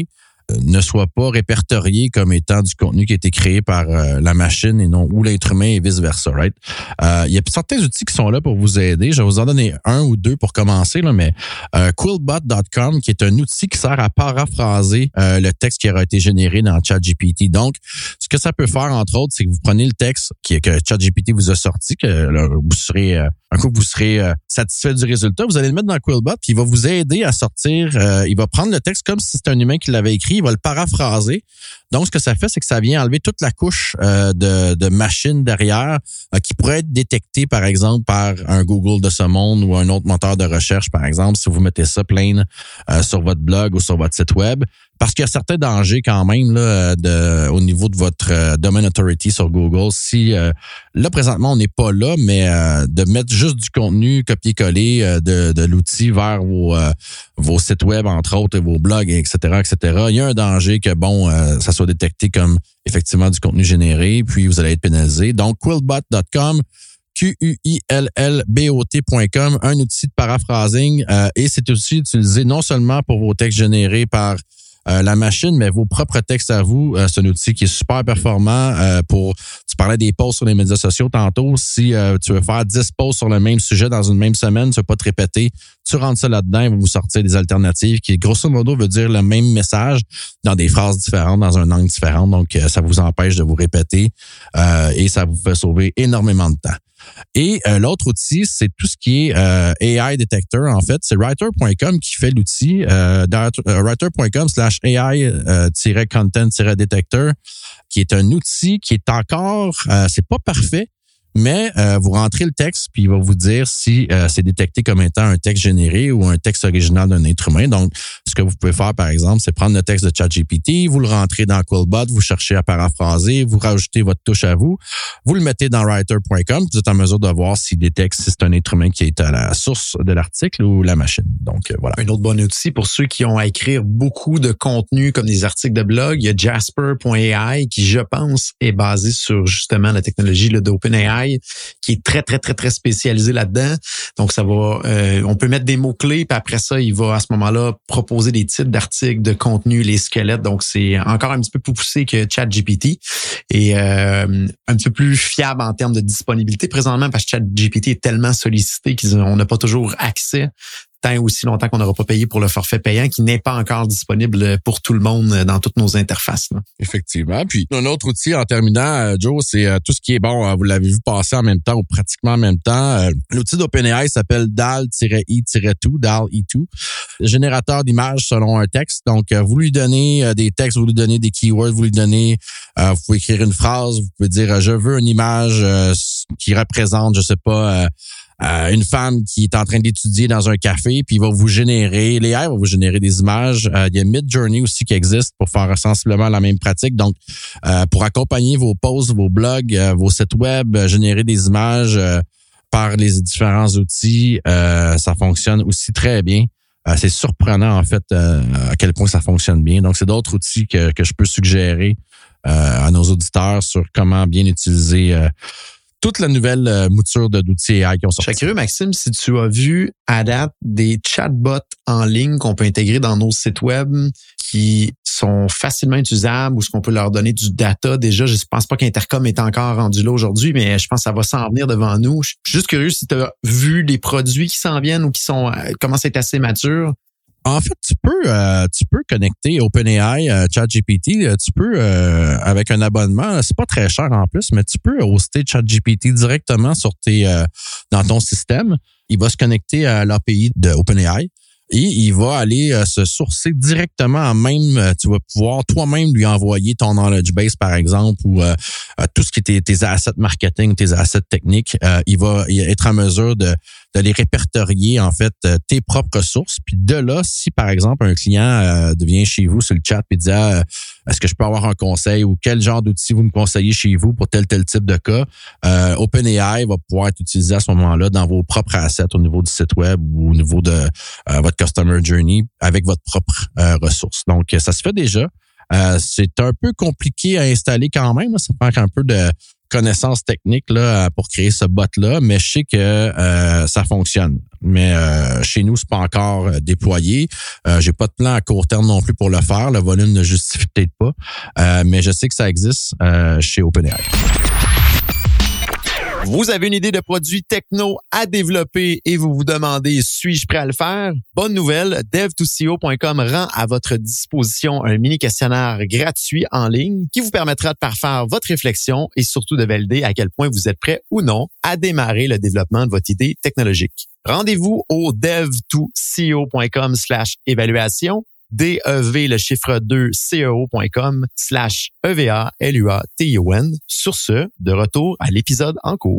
ne soit pas répertorié comme étant du contenu qui a été créé par euh, la machine et non ou l'être humain et vice-versa, right? Euh, il y a certains outils qui sont là pour vous aider. Je vais vous en donner un ou deux pour commencer, là, mais euh, quillbot dot com, qui est un outil qui sert à paraphraser euh, le texte qui aura été généré dans ChatGPT. Donc, ce que ça peut faire, entre autres, c'est que vous prenez le texte qui, que ChatGPT vous a sorti, que là, vous serez, euh, un coup vous serez euh, satisfait du résultat, vous allez le mettre dans Quillbot, puis il va vous aider à sortir, euh, il va prendre le texte comme si c'était un humain qui l'avait écrit, il va le paraphraser. Donc, ce que ça fait, c'est que ça vient enlever toute la couche euh, de, de machine derrière euh, qui pourrait être détectée, par exemple, par un Google de ce monde ou un autre moteur de recherche, par exemple, si vous mettez ça plain euh, sur votre blog ou sur votre site web. Parce qu'il y a certains dangers quand même là, de, au niveau de votre euh, domain authority sur Google. Si euh, là, présentement, on n'est pas là, mais euh, de mettre juste du contenu copier-coller euh, de, de l'outil vers vos, euh, vos sites web, entre autres, vos blogs, et cetera, et cetera. Il y a un danger que, bon, euh, ça soit détecté comme effectivement du contenu généré, puis vous allez être pénalisé. Donc, quillbot dot com, Q U I L L B O T point com, un outil de paraphrasing, euh, et c'est aussi utilisé non seulement pour vos textes générés par Euh, la machine, mais vos propres textes à vous. Euh, c'est un outil qui est super performant euh, pour... Tu parlais des posts sur les médias sociaux tantôt. Si euh, tu veux faire dix posts sur le même sujet dans une même semaine, tu ne veux pas te répéter, tu rentres ça là-dedans, il va vous sortir des alternatives qui, grosso modo, veut dire le même message dans des phrases différentes, dans un angle différent. Donc, euh, ça vous empêche de vous répéter euh, et ça vous fait sauver énormément de temps. Et euh, l'autre outil, c'est tout ce qui est euh, A I Detector. En fait, c'est writer point com qui fait l'outil. Euh, writer point com slash A I content detector, qui est un outil qui est encore, euh, c'est pas parfait, mais euh, vous rentrez le texte puis il va vous dire si euh, c'est détecté comme étant un texte généré ou un texte original d'un être humain. Donc, ce que vous pouvez faire, par exemple, c'est prendre le texte de ChatGPT, vous le rentrez dans Quillbot, vous cherchez à paraphraser, vous rajoutez votre touche à vous, vous le mettez dans writer point com, vous êtes en mesure de voir s'il détecte si c'est un être humain qui est à la source de l'article ou la machine. Donc, euh, voilà. Un autre bon outil pour ceux qui ont à écrire beaucoup de contenu comme des articles de blog, il y a jasper point A I qui, je pense, est basé sur justement la technologie là, d'OpenAI, qui est très, très, très, très spécialisé là-dedans. Donc, ça va, euh, on peut mettre des mots-clés, puis après ça, il va à ce moment-là proposer des titres d'articles, de contenu, les squelettes. Donc, c'est encore un petit peu plus poussé que ChatGPT et euh, un petit peu plus fiable en termes de disponibilité présentement parce que ChatGPT est tellement sollicité qu'on n'a pas toujours accès tant aussi longtemps qu'on n'aura pas payé pour le forfait payant qui n'est pas encore disponible pour tout le monde dans toutes nos interfaces. Là. Effectivement. Puis, un autre outil en terminant, Joe, c'est euh, tout ce qui est, bon, euh, vous l'avez vu passer en même temps ou pratiquement en même temps. Euh, l'outil d'OpenAI s'appelle D A L I deux, D A L I deux, générateur d'images selon un texte. Donc, euh, vous lui donnez euh, des textes, vous lui donnez des keywords, vous lui donnez, euh, vous pouvez écrire une phrase, vous pouvez dire, euh, je veux une image euh, qui représente, je sais pas, euh, Euh, une femme qui est en train d'étudier dans un café, puis il va vous générer, l'A I va vous générer des images. Euh, il y a Midjourney aussi qui existe pour faire sensiblement la même pratique. Donc, euh, pour accompagner vos posts, vos blogs, euh, vos sites web, euh, générer des images euh, par les différents outils, euh, ça fonctionne aussi très bien. Euh, c'est surprenant, en fait, euh, à quel point ça fonctionne bien. Donc, c'est d'autres outils que, que je peux suggérer euh, à nos auditeurs sur comment bien utiliser euh, toute la nouvelle euh, mouture de, d'outils A I qui ont sorti. Je suis curieux, Maxime, si tu as vu à date des chatbots en ligne qu'on peut intégrer dans nos sites web qui sont facilement utilisables ou ce qu'on peut leur donner du data. Déjà, je ne pense pas qu'Intercom est encore rendu là aujourd'hui, mais je pense que ça va s'en venir devant nous. Je suis juste curieux si tu as vu des produits qui s'en viennent ou qui sont euh, commencent à être assez matures. En fait, tu peux euh, tu peux connecter OpenAI, euh, ChatGPT, euh, tu peux euh, avec un abonnement, c'est pas très cher en plus, mais tu peux hoster ChatGPT directement sur tes euh, dans ton système. Il va se connecter à l'A P I de OpenAI et il va aller euh, se sourcer directement en même, euh, tu vas pouvoir toi-même lui envoyer ton knowledge base, par exemple, ou euh, euh, tout ce qui est tes, tes assets marketing, tes assets techniques. Euh, il va être en mesure de de les répertorier, en fait, euh, tes propres sources. Puis de là, si, par exemple, un client euh, vient chez vous sur le chat et dit ah, « Est-ce que je peux avoir un conseil ou quel genre d'outils vous me conseillez chez vous pour tel, tel type de cas? Euh, » OpenAI va pouvoir être utilisé à ce moment-là dans vos propres assets au niveau du site web ou au niveau de euh, votre Customer Journey avec votre propre euh, ressource. Donc, ça se fait déjà. Euh, c'est un peu compliqué à installer quand même. Là. Ça prend un peu de connaissances techniques là pour créer ce bot-là, mais je sais que euh, ça fonctionne. Mais euh, chez nous, c'est pas encore euh, déployé. Euh, j'ai pas de plan à court terme non plus pour le faire. Le volume ne justifie peut-être pas. Euh, mais je sais que ça existe euh, chez OpenAI. Vous avez une idée de produit techno à développer et vous vous demandez, suis-je prêt à le faire? Bonne nouvelle, dev to C E O point com rend à votre disposition un mini questionnaire gratuit en ligne qui vous permettra de parfaire votre réflexion et surtout de valider à quel point vous êtes prêt ou non à démarrer le développement de votre idée technologique. Rendez-vous au dev to C E O point com slash évaluation, D E V le chiffre deux C E O point com slash E V A L U A T I O N. Sur ce, de retour à l'épisode en cours.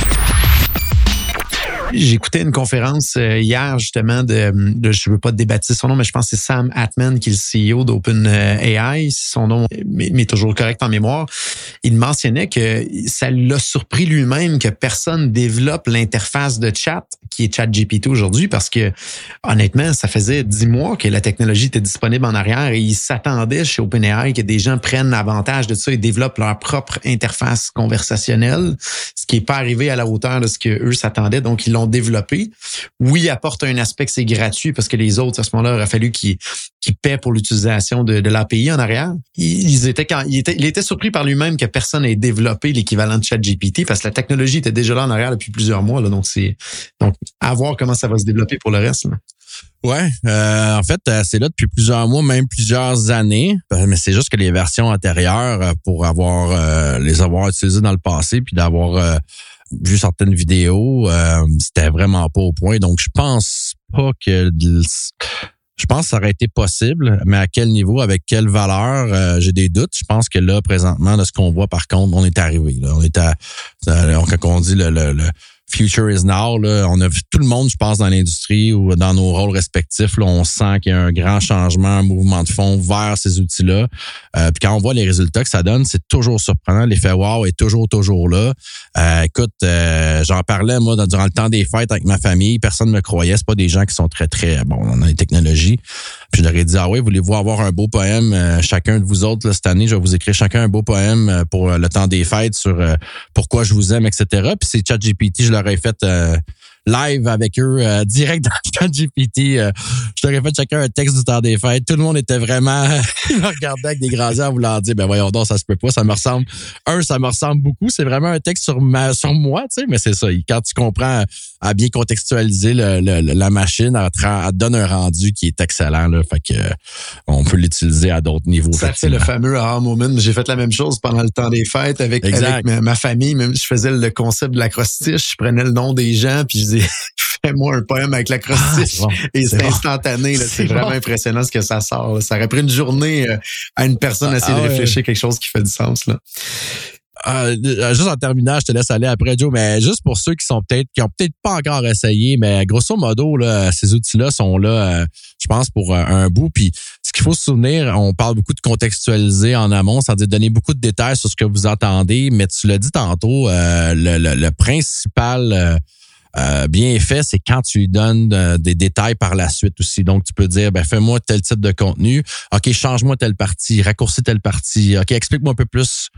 J'écoutais une conférence hier justement de, de je veux pas débattre son nom, mais je pense que c'est Sam Altman qui est le C E O d'OpenAI. Son nom m'est toujours correct en mémoire. Il mentionnait que ça l'a surpris lui-même que personne développe l'interface de chat qui est ChatGPT aujourd'hui parce que honnêtement, ça faisait dix mois que la technologie était disponible en arrière et il s'attendait chez OpenAI que des gens prennent avantage de ça et développent leur propre interface conversationnelle, ce qui est pas arrivé à la hauteur de ce que eux s'attendaient. Donc ils l'ont développé. Oui, il apporte un aspect que c'est gratuit parce que les autres, à ce moment-là, il aurait fallu qu'ils, qu'ils paient pour l'utilisation de, de l'A P I en arrière. Ils étaient quand, il était, il était surpris par lui-même que personne n'ait développé l'équivalent de ChatGPT parce que la technologie était déjà là en arrière depuis plusieurs mois. Là, donc, c'est donc à voir comment ça va se développer pour le reste. Là. Ouais, euh, en fait, c'est là depuis plusieurs mois, même plusieurs années. Mais c'est juste que les versions antérieures, pour avoir euh, les avoir utilisées dans le passé, puis d'avoir euh, vu certaines vidéos, euh, c'était vraiment pas au point. Donc, je pense pas que je pense que ça aurait été possible, mais à quel niveau, avec quelle valeur, euh, j'ai des doutes. Je pense que là, présentement, de ce qu'on voit, par contre, on est arrivé. Là, on est à, quand on dit le, le, le future is now, là, on a vu tout le monde, je pense, dans l'industrie ou dans nos rôles respectifs, là, on sent qu'il y a un grand changement, un mouvement de fond vers ces outils-là. Euh, puis quand on voit les résultats que ça donne, c'est toujours surprenant. L'effet wow est toujours, toujours là. Euh, écoute, euh, j'en parlais, moi, durant le temps des fêtes avec ma famille. Personne ne me croyait. C'est pas des gens qui sont très, très bon dans les technologies. Puis je leur ai dit, ah oui, voulez-vous avoir un beau poème, euh, chacun de vous autres, là, cette année, je vais vous écrire chacun un beau poème pour le temps des fêtes sur euh, pourquoi je vous aime, et cetera. Puis c'est ChatGPT, je leur ai fait euh, live avec eux, euh, direct dans ChatGPT. Euh, je leur ai fait chacun un texte du temps des fêtes. Tout le monde était vraiment... Ils me regardaient avec des grands yeux en voulant dire, ben voyons donc, ça se peut pas, ça me ressemble. Un, ça me ressemble beaucoup. C'est vraiment un texte sur ma, sur moi, tu sais, mais c'est ça. Quand tu comprends à bien contextualiser le, le, la machine, elle te, elle te donne un rendu qui est excellent, là. Fait que euh, on peut l'utiliser à d'autres niveaux. Ça fait le fameux aha moment. J'ai fait la même chose pendant le temps des fêtes avec, avec ma, ma famille. Même je faisais le concept de l'acrostiche. Je prenais le nom des gens puis je disais, fais-moi un poème avec l'acrostiche. Ah, bon, et c'est, c'est instantané. Là, c'est, c'est vraiment bon. Impressionnant ce que ça sort. Là. Ça aurait pris une journée euh, à une personne à essayer ah, de réfléchir ouais. quelque chose qui fait du sens, là. Euh, juste en terminant, je te laisse aller après, Joe, mais juste pour ceux qui sont peut-être, qui ont peut-être pas encore essayé, mais grosso modo, là, ces outils-là sont là, euh, je pense, pour euh, un bout. Puis, ce qu'il faut se souvenir, on parle beaucoup de contextualiser en amont, c'est-à-dire donner beaucoup de détails sur ce que vous entendez, mais tu l'as dit tantôt, euh, le, le, le principal euh, Euh, bien fait, c'est quand tu lui donnes euh, des détails par la suite aussi. Donc, tu peux dire, ben fais-moi tel type de contenu. OK, change-moi telle partie, raccourcis telle partie. OK, explique-moi un peu plus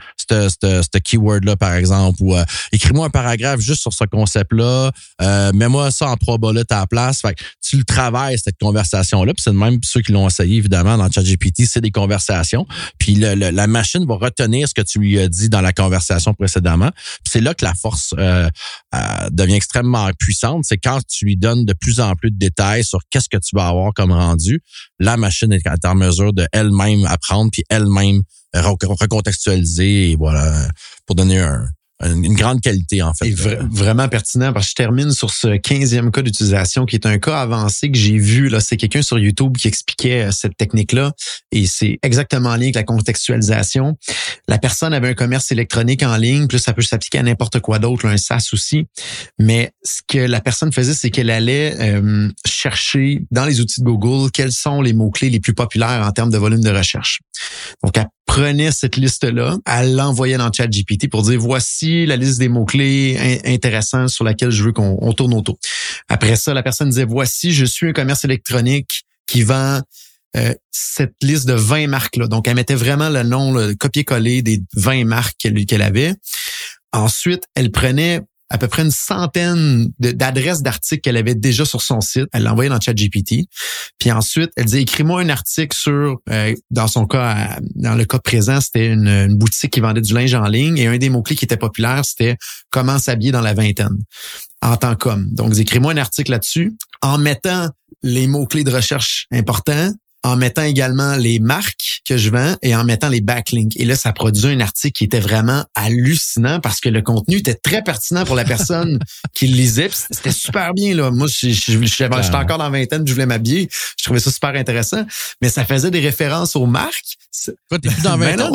ce keyword-là, par exemple. Ou euh, écris-moi un paragraphe juste sur ce concept-là. Euh, mets-moi ça en trois bullets à la place. Fait que tu le travailles, cette conversation-là. Puis c'est de même, ceux qui l'ont essayé, évidemment, dans ChatGPT, c'est des conversations. Puis le, le, la machine va retenir ce que tu lui as dit dans la conversation précédemment. Puis c'est là que la force euh, euh, devient extrêmement puissante, c'est quand tu lui donnes de plus en plus de détails sur qu'est-ce que tu vas avoir comme rendu, la machine est en mesure de elle-même apprendre puis elle-même recontextualiser et voilà, pour donner un une grande qualité, en fait. Et vra- vraiment pertinent, parce que je termine sur ce quinzième cas d'utilisation qui est un cas avancé que j'ai vu. Là, c'est quelqu'un sur YouTube qui expliquait cette technique-là et c'est exactement en lien avec la contextualisation. La personne avait un commerce électronique en ligne, plus ça peut s'appliquer à n'importe quoi d'autre, là, un SaaS aussi. Mais ce que la personne faisait, c'est qu'elle allait euh, chercher dans les outils de Google quels sont les mots-clés les plus populaires en termes de volume de recherche. Donc, elle prenait cette liste-là, elle l'envoyait dans ChatGPT pour dire voici la liste des mots-clés in- intéressants sur laquelle je veux qu'on on tourne autour. Après ça, la personne disait voici, je suis un commerce électronique qui vend euh, cette liste de vingt marques-là. Donc, elle mettait vraiment le nom, le copier-coller des vingt marques qu'elle, qu'elle avait. Ensuite, elle prenait à peu près une centaine de, d'adresses d'articles qu'elle avait déjà sur son site. Elle l'envoyait dans ChatGPT. Puis ensuite, elle disait, écris-moi un article sur, euh, dans son cas, dans le cas présent, c'était une, une boutique qui vendait du linge en ligne et un des mots-clés qui était populaire, c'était comment s'habiller dans la vingtaine en tant qu'homme. Donc, écris-moi un article là-dessus en mettant les mots-clés de recherche importants, en mettant également les marques que je vends et en mettant les backlinks. Et là, ça produit un article qui était vraiment hallucinant parce que le contenu était très pertinent pour la personne qui le lisait. Puis c'était super bien, là. Moi, je, je, je, je, j'étais encore dans la vingtaine, je voulais m'habiller. Je trouvais ça super intéressant. Mais ça faisait des références aux marques. Quoi, t'es plus dans la vingtaine?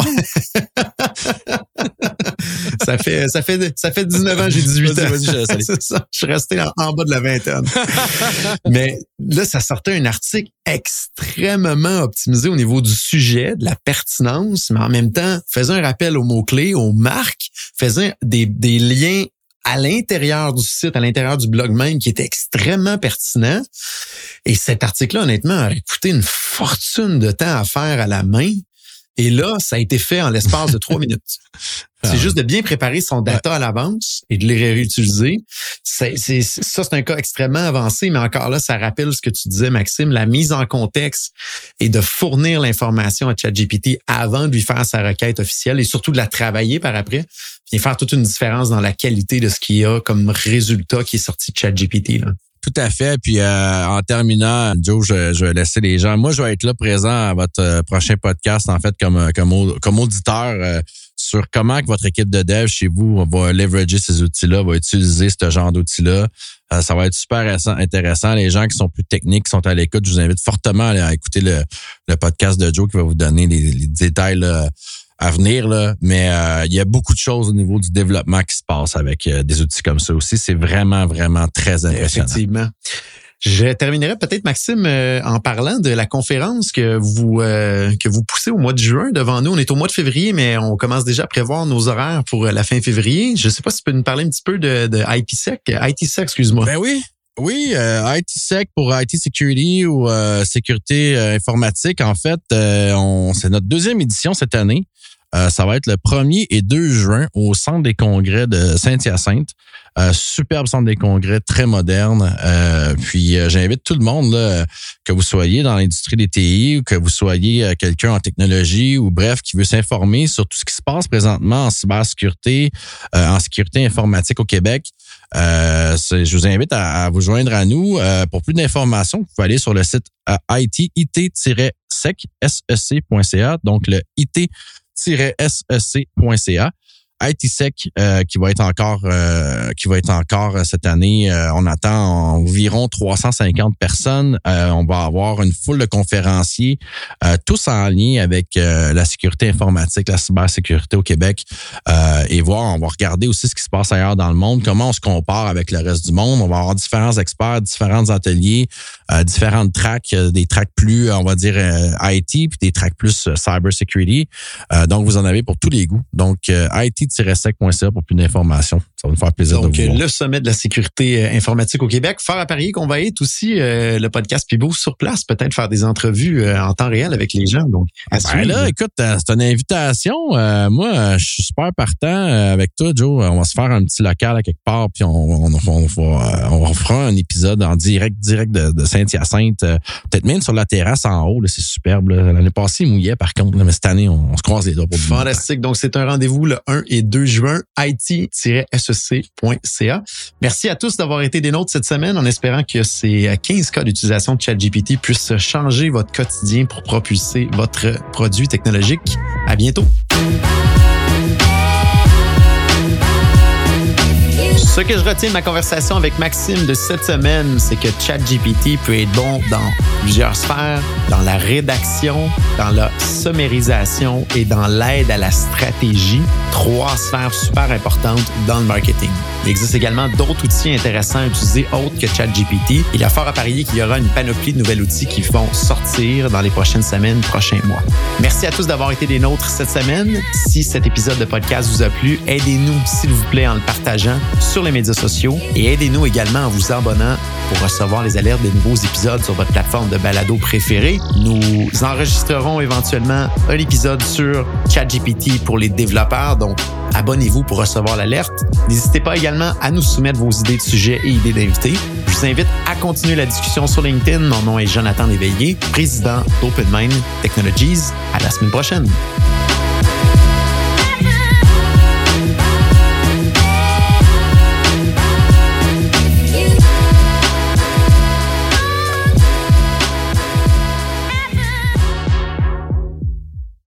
ça fait, ça fait, ça fait dix-neuf ans, j'ai dix-huit vas-y, ans. vas-y, je, C'est ça. Je suis resté en, en bas de la vingtaine. Mais là, ça sortait un article extrêmement optimisé au niveau du sujet, de la pertinence, mais en même temps, faisait un rappel aux mots-clés, aux marques, faisait des, des liens à l'intérieur du site, à l'intérieur du blog même, qui était extrêmement pertinent. Et cet article-là, honnêtement, aurait coûté une fortune de temps à faire à la main. Et là, ça a été fait en l'espace de trois minutes. C'est ah. juste de bien préparer son data ouais. à l'avance et de les réutiliser. C'est, c'est, ça, c'est un cas extrêmement avancé, mais encore là, ça rappelle ce que tu disais, Maxime, la mise en contexte et de fournir l'information à ChatGPT avant de lui faire sa requête officielle et surtout de la travailler par après, vient faire toute une différence dans la qualité de ce qu'il y a comme résultat qui est sorti de ChatGPT, là. Tout à fait. Puis euh, en terminant, Joe, je, je vais laisser les gens. Moi, je vais être là présent à votre euh, prochain podcast, en fait, comme comme comme auditeur euh, sur comment que votre équipe de dev chez vous va leverager ces outils-là, va utiliser ce genre d'outils-là. Euh, ça va être super intéressant. Les gens qui sont plus techniques, qui sont à l'écoute, je vous invite fortement à, aller, à écouter le, le podcast de Joe qui va vous donner les, les détails là, à venir, là, mais euh, il y a beaucoup de choses au niveau du développement qui se passe avec euh, des outils comme ça aussi. C'est vraiment, vraiment très impressionnant. Effectivement. Je terminerai peut-être, Maxime, euh, en parlant de la conférence que vous euh, que vous poussez au mois de juin devant nous. On est au mois de février, mais on commence déjà à prévoir nos horaires pour la fin février. Je ne sais pas si tu peux nous parler un petit peu de, de ITsec. ITsec, excuse-moi. Ben oui. Oui, euh, ITsec pour I T Security ou euh, sécurité euh, informatique. En fait, euh, on, c'est notre deuxième édition cette année. Euh, ça va être le premier et deux juin au Centre des congrès de Saint-Hyacinthe. Euh, superbe centre des congrès, très moderne. Euh, puis euh, j'invite tout le monde, là, que vous soyez dans l'industrie des T I ou que vous soyez euh, quelqu'un en technologie ou bref, qui veut s'informer sur tout ce qui se passe présentement en cybersécurité, euh, en sécurité informatique au Québec. Euh, je vous invite à, à vous joindre à nous. Euh, pour plus d'informations, vous pouvez aller sur le site euh, I T sec point C A, donc le I T sec point C A. ITsec euh, qui va être encore euh, qui va être encore euh, cette année, euh, on attend environ trois cent cinquante personnes. Euh, on va avoir une foule de conférenciers, euh, tous en lien avec euh, la sécurité informatique, la cybersécurité au Québec, euh, et voir, on va regarder aussi ce qui se passe ailleurs dans le monde, comment on se compare avec le reste du monde. On va avoir différents experts, différents ateliers, euh, différentes tracks, euh, des tracks plus, on va dire euh, I T, puis des tracks plus euh, cybersecurity. Euh, donc vous en avez pour tous les goûts. Donc euh, I T sec point C A pour plus d'informations. Ça va nous faire plaisir Donc, de vous voir. Le sommet de la sécurité informatique au Québec. Fort à parier qu'on va être aussi euh, le podcast Pibo sur place, peut-être faire des entrevues euh, en temps réel avec les gens. Donc, à ben là, écoute, c'est une invitation. Euh, moi, je suis super partant euh, avec toi, Joe. On va se faire un petit local à quelque part, puis on, on, on, on, va, on fera un épisode en direct, direct de, de Saint-Hyacinthe. Euh, peut-être même sur la terrasse en haut. Là, c'est superbe. Là. L'année passée, il mouillait par contre, là, mais cette année, on, on se croise les doigts pour le fantastique. Donc, c'est un rendez-vous le un et deux juin, I T sec point C A. Merci à tous d'avoir été des nôtres cette semaine en espérant que ces quinze cas d'utilisation de ChatGPT puissent changer votre quotidien pour propulser votre produit technologique. À bientôt. Ce que je retiens de ma conversation avec Maxime de cette semaine, c'est que ChatGPT peut être bon dans plusieurs sphères, dans la rédaction, dans la sommarisation et dans l'aide à la stratégie. Trois sphères super importantes dans le marketing. Il existe également d'autres outils intéressants à utiliser autres que ChatGPT. Il y a fort à parier qu'il y aura une panoplie de nouveaux outils qui vont sortir dans les prochaines semaines, prochains mois. Merci à tous d'avoir été des nôtres cette semaine. Si cet épisode de podcast vous a plu, aidez-nous, s'il vous plaît, en le partageant sur les médias sociaux et aidez-nous également en vous abonnant pour recevoir les alertes des nouveaux épisodes sur votre plateforme de balado préférée. Nous enregistrerons éventuellement un épisode sur ChatGPT pour les développeurs, donc abonnez-vous pour recevoir l'alerte. N'hésitez pas également à nous soumettre vos idées de sujets et idées d'invités. Je vous invite à continuer la discussion sur LinkedIn. Mon nom est Jonathan Léveillé, président d'OpenMind Technologies. À la semaine prochaine.